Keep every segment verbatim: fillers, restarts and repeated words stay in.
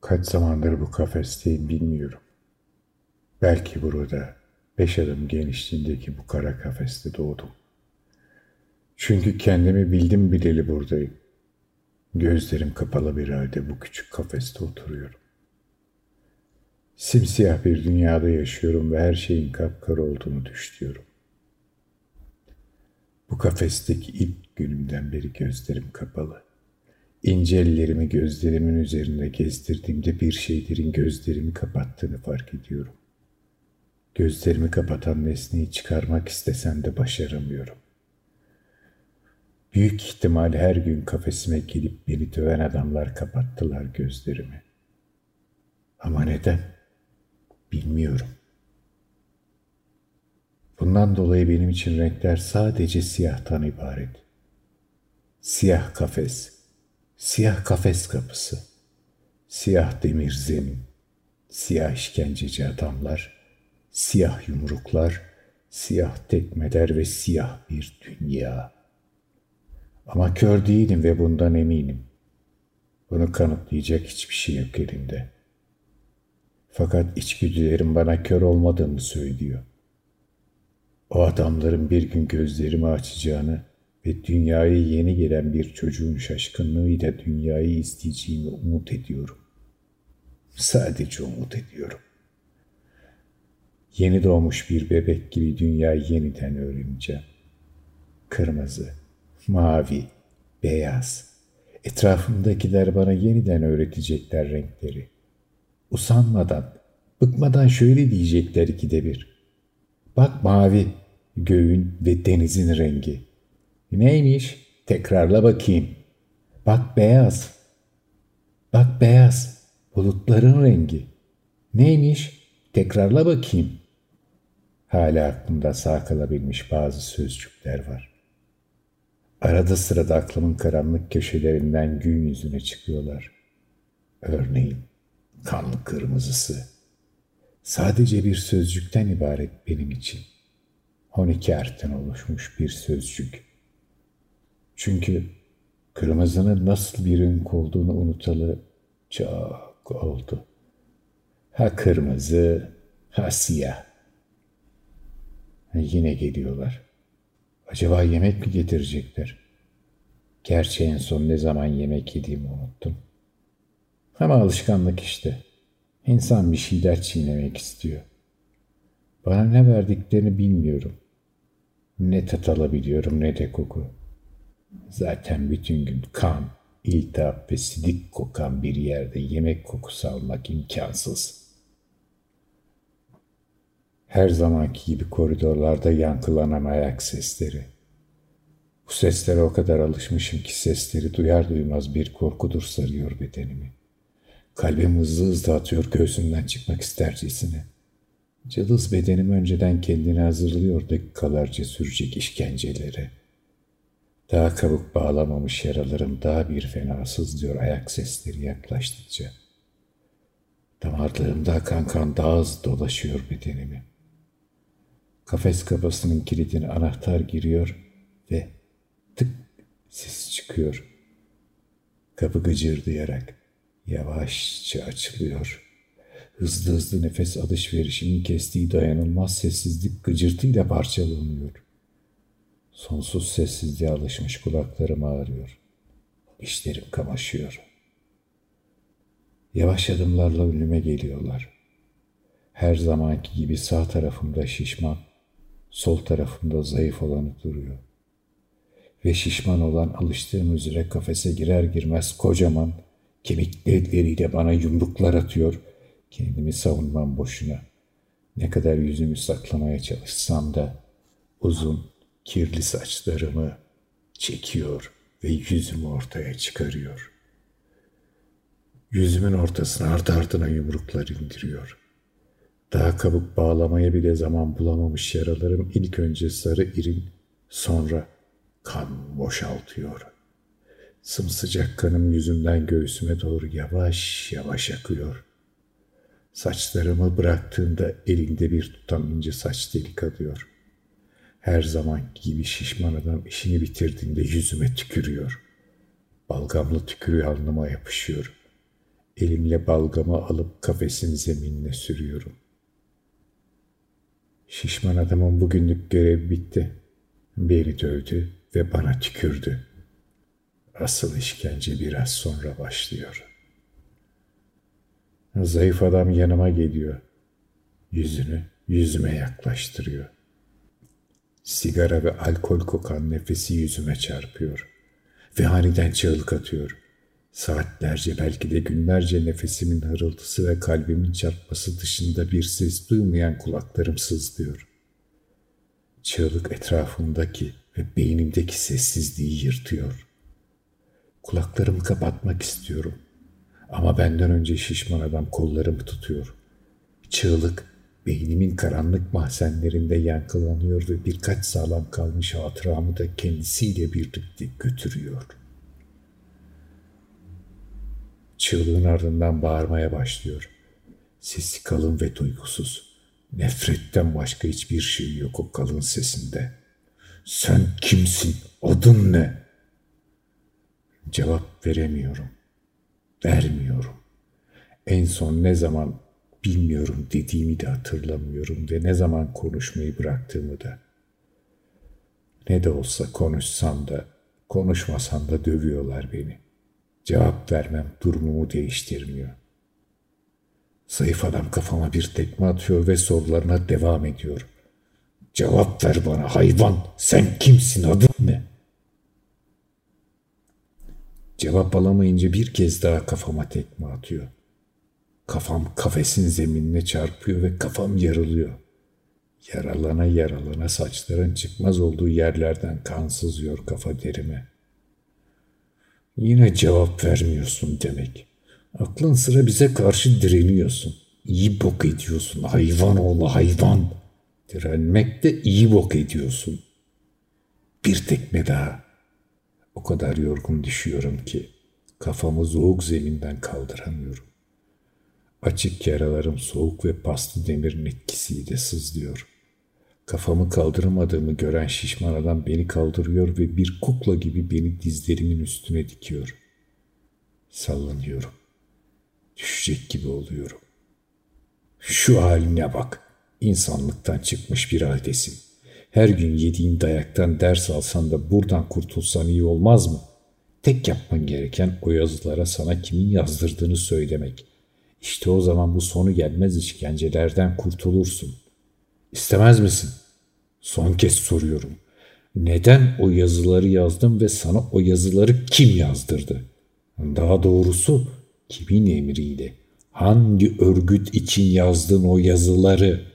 Kaç zamandır bu kafesteyim bilmiyorum. Belki burada beş adım genişliğindeki bu kara kafeste doğdum. Çünkü kendimi bildim bileli buradayım. Gözlerim kapalı bir halde bu küçük kafeste oturuyorum. Simsiyah bir dünyada yaşıyorum ve her şeyin kapkara olduğunu düşünüyorum. Bu kafesteki ilk günümden beri gözlerim kapalı. İnce ellerimi gözlerimin üzerinde gezdirdiğimde bir şeylerin gözlerimi kapattığını fark ediyorum. Gözlerimi kapatan nesneyi çıkarmak istesem de başaramıyorum. Büyük ihtimal her gün kafesime gelip beni döven adamlar kapattılar gözlerimi. Ama neden? Bilmiyorum. Bundan dolayı benim için renkler sadece siyahtan ibaret. Siyah kafes, siyah kafes kapısı, siyah demir zemin, siyah işkenceci adamlar, siyah yumruklar, siyah tekmeler ve siyah bir dünya. Ama kör değilim ve bundan eminim. Bunu kanıtlayacak hiçbir şey yok elimde. Fakat içgüdülerim bana kör olmadığımı söylüyor. O adamların bir gün gözlerimi açacağını ve dünyaya yeni gelen bir çocuğun şaşkınlığıyla dünyayı isteyeceğimi umut ediyorum. Sadece umut ediyorum. Yeni doğmuş bir bebek gibi dünyayı yeniden öğreneceğim. Kırmızı, mavi, beyaz. Etrafımdakiler bana yeniden öğretecekler renkleri. Usanmadan, bıkmadan şöyle diyecekler ikide bir. Bak mavi, göğün ve denizin rengi. Neymiş? Tekrarla bakayım. Bak beyaz. Bak beyaz, bulutların rengi. Neymiş? Tekrarla bakayım. Hala aklımda sağ kalabilmiş bazı sözcükler var. Arada sırada aklımın karanlık köşelerinden gün yüzüne çıkıyorlar. Örneğin kanlı kırmızısı. Sadece bir sözcükten ibaret benim için. on iki harften oluşmuş bir sözcük. Çünkü kırmızının nasıl bir renk olduğunu unutalı çok oldu. Ha kırmızı, ha siyah. Yine geliyorlar. Acaba yemek mi getirecekler? Gerçi en son ne zaman yemek yediğimi unuttum. Ama alışkanlık işte. İnsan bir şeyler çiğnemek istiyor. Bana ne verdiklerini bilmiyorum. Ne tat alabiliyorum ne de koku. Zaten bütün gün kan, iltihap ve sidik kokan bir yerde yemek kokusu almak imkansız. Her zamanki gibi koridorlarda yankılanan ayak sesleri. Bu seslere o kadar alışmışım ki sesleri duyar duymaz bir korkudur sarıyor bedenimi. Kalbim hızlı hızlı atıyor göğsümden çıkmak istercesine. Cılız bedenim önceden kendini hazırlıyor dakikalarca sürecek işkencelere. Daha kabuk bağlamamış yaralarım daha bir fena sızlıyor ayak sesleri yaklaştıkça. Damarlarımda akan kan daha hızlı dolaşıyor bedenimi. Kafes kapısının kilidine anahtar giriyor ve tık ses çıkıyor. Kapı gıcırdayarak yavaşça açılıyor. Hızlı hızlı nefes alışverişimin kestiği dayanılmaz sessizlik gıcırtıyla parçalanıyor. Sonsuz sessizliğe alışmış kulaklarım ağrıyor. Dişlerim kamaşıyor. Yavaş adımlarla önüme geliyorlar. Her zamanki gibi sağ tarafımda şişman, sol tarafımda zayıf olanı duruyor. Ve şişman olan alıştığım üzere kafese girer girmez kocaman, kemikli elleriyle bana yumruklar atıyor. Kendimi savunmam boşuna. Ne kadar yüzümü saklamaya çalışsam da uzun, kirli saçlarımı çekiyor ve yüzümü ortaya çıkarıyor. Yüzümün ortasına ardı ardına yumruklar indiriyor. Daha kabuk bağlamaya bile zaman bulamamış yaralarım ilk önce sarı irin, sonra kan boşaltıyor. Sımsıcak kanım yüzümden göğsüme doğru yavaş yavaş akıyor. Saçlarımı bıraktığında elinde bir tutam ince saç teli kalıyor. Her zamanki gibi şişman adam işini bitirdiğinde yüzüme tükürüyor. Balgamlı tükürüğü alnıma yapışıyor. Elimle balgamı alıp kafesin zeminine sürüyorum. Şişman adamın bugünlük görevi bitti. Beni dövdü ve bana tükürdü. Asıl işkence biraz sonra başlıyor. Zayıf adam yanıma geliyor. Yüzünü yüzüme yaklaştırıyor. Sigara ve alkol kokan nefesi yüzüme çarpıyor. Ve aniden çığlık atıyor. Saatlerce, belki de günlerce nefesimin hırıltısı ve kalbimin çarpması dışında bir ses duymayan kulaklarım sızlıyor. Çığlık etrafımdaki ve beynimdeki sessizliği yırtıyor. Kulaklarımı kapatmak istiyorum. Ama benden önce şişman adam kollarımı tutuyor. Çığlık beynimin karanlık mahzenlerinde yankılanıyor ve birkaç sağlam kalmış hatıramı da kendisiyle birlikte götürüyor. Çığlığın ardından bağırmaya başlıyor. Sesi kalın ve duygusuz. Nefretten başka hiçbir şey yok o kalın sesinde. Sen kimsin? Adın ne? Cevap veremiyorum. Vermiyorum. En son ne zaman bilmiyorum dediğimi de hatırlamıyorum ve ne zaman konuşmayı bıraktığımı da. Ne de olsa konuşsam da konuşmasam da dövüyorlar beni. Cevap vermem durumumu değiştirmiyor. Zayıf adam kafama bir tekme atıyor ve sorularına devam ediyor. Cevap ver bana hayvan, sen kimsin, adın ne? Cevap alamayınca bir kez daha kafama tekme atıyor. Kafam kafesin zeminine çarpıyor ve kafam yarılıyor. Yaralana yaralana saçların çıkmaz olduğu yerlerden kan sızıyor kafa derime. Yine cevap vermiyorsun demek. Aklın sıra bize karşı direniyorsun. İyi bok ediyorsun hayvan oğlu hayvan. Direnmekte iyi bok ediyorsun. Bir tekme daha. O kadar yorgun düşüyorum ki kafamı soğuk zeminden kaldıramıyorum. Açık yaralarım soğuk ve paslı demirin etkisiyle sızlıyor. Kafamı kaldıramadığımı gören şişman adam beni kaldırıyor ve bir kukla gibi beni dizlerimin üstüne dikiyor. Sallanıyorum. Düşecek gibi oluyorum. Şu haline bak. İnsanlıktan çıkmış bir haldesin. Her gün yediğin dayaktan ders alsan da buradan kurtulsan iyi olmaz mı? Tek yapman gereken o yazılara sana kimin yazdırdığını söylemek. İşte o zaman bu sonu gelmez işkencelerden kurtulursun. İstemez misin? Son kez soruyorum. Neden o yazıları yazdım ve sana o yazıları kim yazdırdı? Daha doğrusu kimin emriyle? Hangi örgüt için yazdın o yazıları?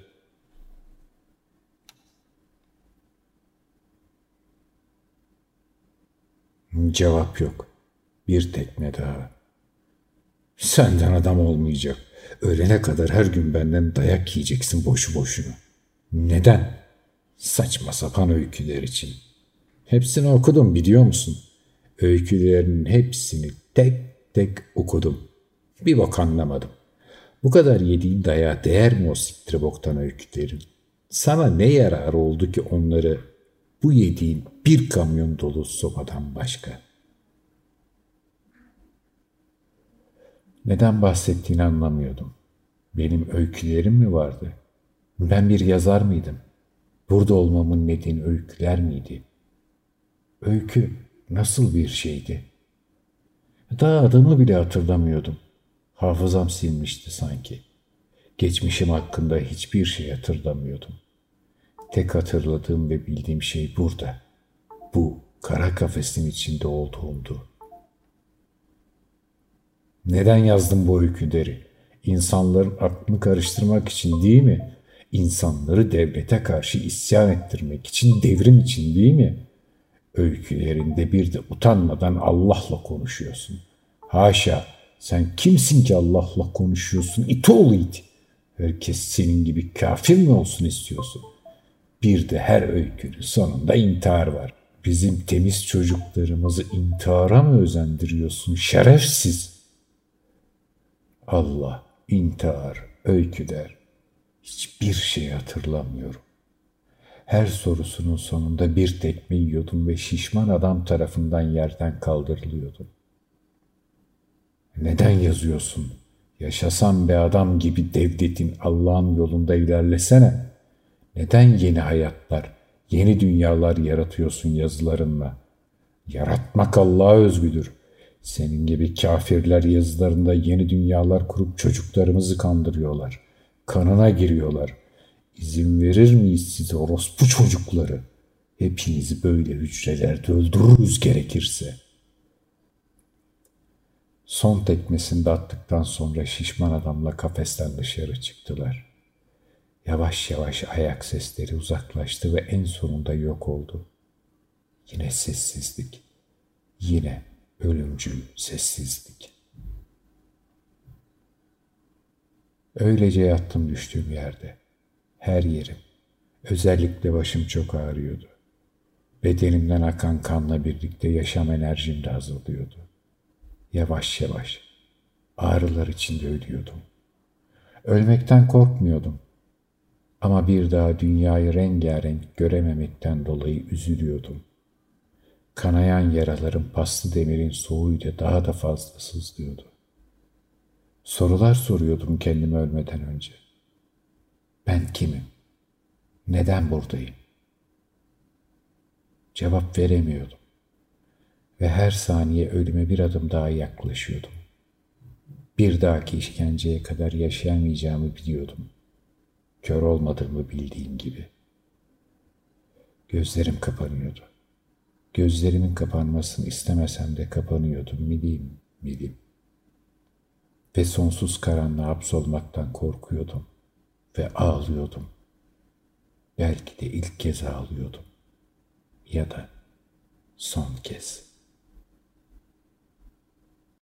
Cevap yok. Bir tekme daha. Senden adam olmayacak. Ölene kadar her gün benden dayak yiyeceksin boşu boşuna. Neden? Saçma sapan öyküler için. Hepsini okudum biliyor musun? Öykülerinin hepsini tek tek okudum. Bir bok anlamadım. Bu kadar yediğin dayağa değer mi o siktir boktan öykülerin? Sana ne yarar oldu ki onları bu yediğin bir kamyon dolu sopadan başka? Neden bahsettiğini anlamıyordum. Benim öykülerim mi vardı? Ben bir yazar mıydım? Burada olmamın nedeni öyküler miydi? Öykü nasıl bir şeydi? Daha adımı bile hatırlamıyordum. Hafızam silmişti sanki. Geçmişim hakkında hiçbir şey hatırlamıyordum. Tek hatırladığım ve bildiğim şey burada. Bu kara kafesin içinde olduğumdu. Neden yazdım bu öyküleri? İnsanların aklını karıştırmak için değil mi? İnsanları devlete karşı isyan ettirmek için, devrim için değil mi? Öykülerinde bir de utanmadan Allah'la konuşuyorsun. Haşa, sen kimsin ki Allah'la konuşuyorsun? İt oğlu it. Herkes senin gibi kafir mi olsun istiyorsun? Bir de her öykünün sonunda intihar var. Bizim temiz çocuklarımızı intihara mı özendiriyorsun şerefsiz? Allah, intihar, öyküler, hiçbir şey hatırlamıyorum. Her sorusunun sonunda bir tekme yiyordum ve şişman adam tarafından yerden kaldırılıyordum. Neden yazıyorsun? Yaşasan be adam gibi devletin Allah'ın yolunda ilerlesene. Neden yeni hayatlar, yeni dünyalar yaratıyorsun yazılarınla? Yaratmak Allah'a özgüdür. Senin gibi kafirler yazılarında yeni dünyalar kurup çocuklarımızı kandırıyorlar. Kanına giriyorlar. İzin verir miyiz size orospu çocukları? Hepinizi böyle hücrelerde öldürürüz gerekirse. Son tekmesini de attıktan sonra şişman adamla kafesten dışarı çıktılar. Yavaş yavaş ayak sesleri uzaklaştı ve en sonunda yok oldu. Yine sessizlik. Yine ölümcül sessizlik. Öylece yattım düştüğüm yerde. Her yerim, özellikle başım çok ağrıyordu. Bedenimden akan kanla birlikte yaşam enerjim de azalıyordu. Yavaş yavaş, ağrılar içinde ölüyordum. Ölmekten korkmuyordum. Ama bir daha dünyayı rengarenk görememekten dolayı üzülüyordum. Kanayan yaralarım paslı demirin soğuğuyla daha da fazla sızlıyordu. Sorular soruyordum kendime ölmeden önce. Ben kimim? Neden buradayım? Cevap veremiyordum. Ve her saniye ölüme bir adım daha yaklaşıyordum. Bir dahaki işkenceye kadar yaşayamayacağımı biliyordum. Kör olmadığımı bildiğim gibi. Gözlerim kapanıyordu. Gözlerimin kapanmasını istemesem de kapanıyordu milim milim. Ve sonsuz karanlığa hapsolmaktan korkuyordum ve ağlıyordum. Belki de ilk kez ağlıyordum. Ya da son kez.